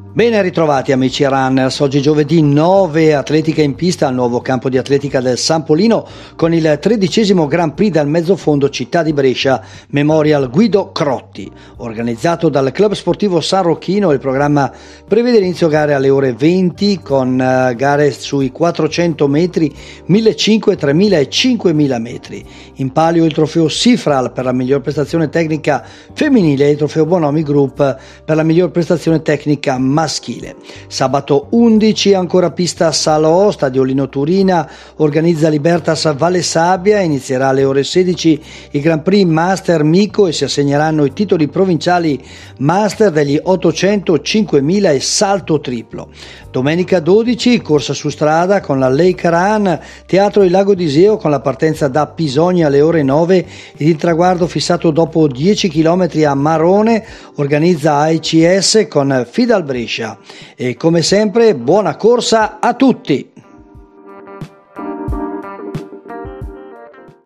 Ben ritrovati amici runners, oggi giovedì 9 atletica in pista al nuovo campo di atletica del San Polino con il 13° Grand Prix dal mezzofondo Città di Brescia Memorial Guido Crotti. Organizzato dal Club Sportivo San Rocchino, il programma prevede l'inizio gare alle ore 20 con gare sui 400 metri, 1500, 3000 e 5000 metri. In palio il trofeo Sifral per la miglior prestazione tecnica femminile e il trofeo Bonomi Group per la miglior prestazione tecnica maschile. Sabato 11 ancora pista Salò, Stadio Lino Turina, organizza Libertas Valle Sabbia, inizierà alle ore 16 il Grand Prix Master Mico e si assegneranno i titoli provinciali Master degli 800, 5000 e salto triplo. Domenica 12 corsa su strada con la Lake Run, Teatro Il Lago d'Iseo con la partenza da Pisogna alle ore 9 ed il traguardo fissato dopo 10 km a Marone, organizza AICS con Fidal Brescia. E come sempre buona corsa a tutti!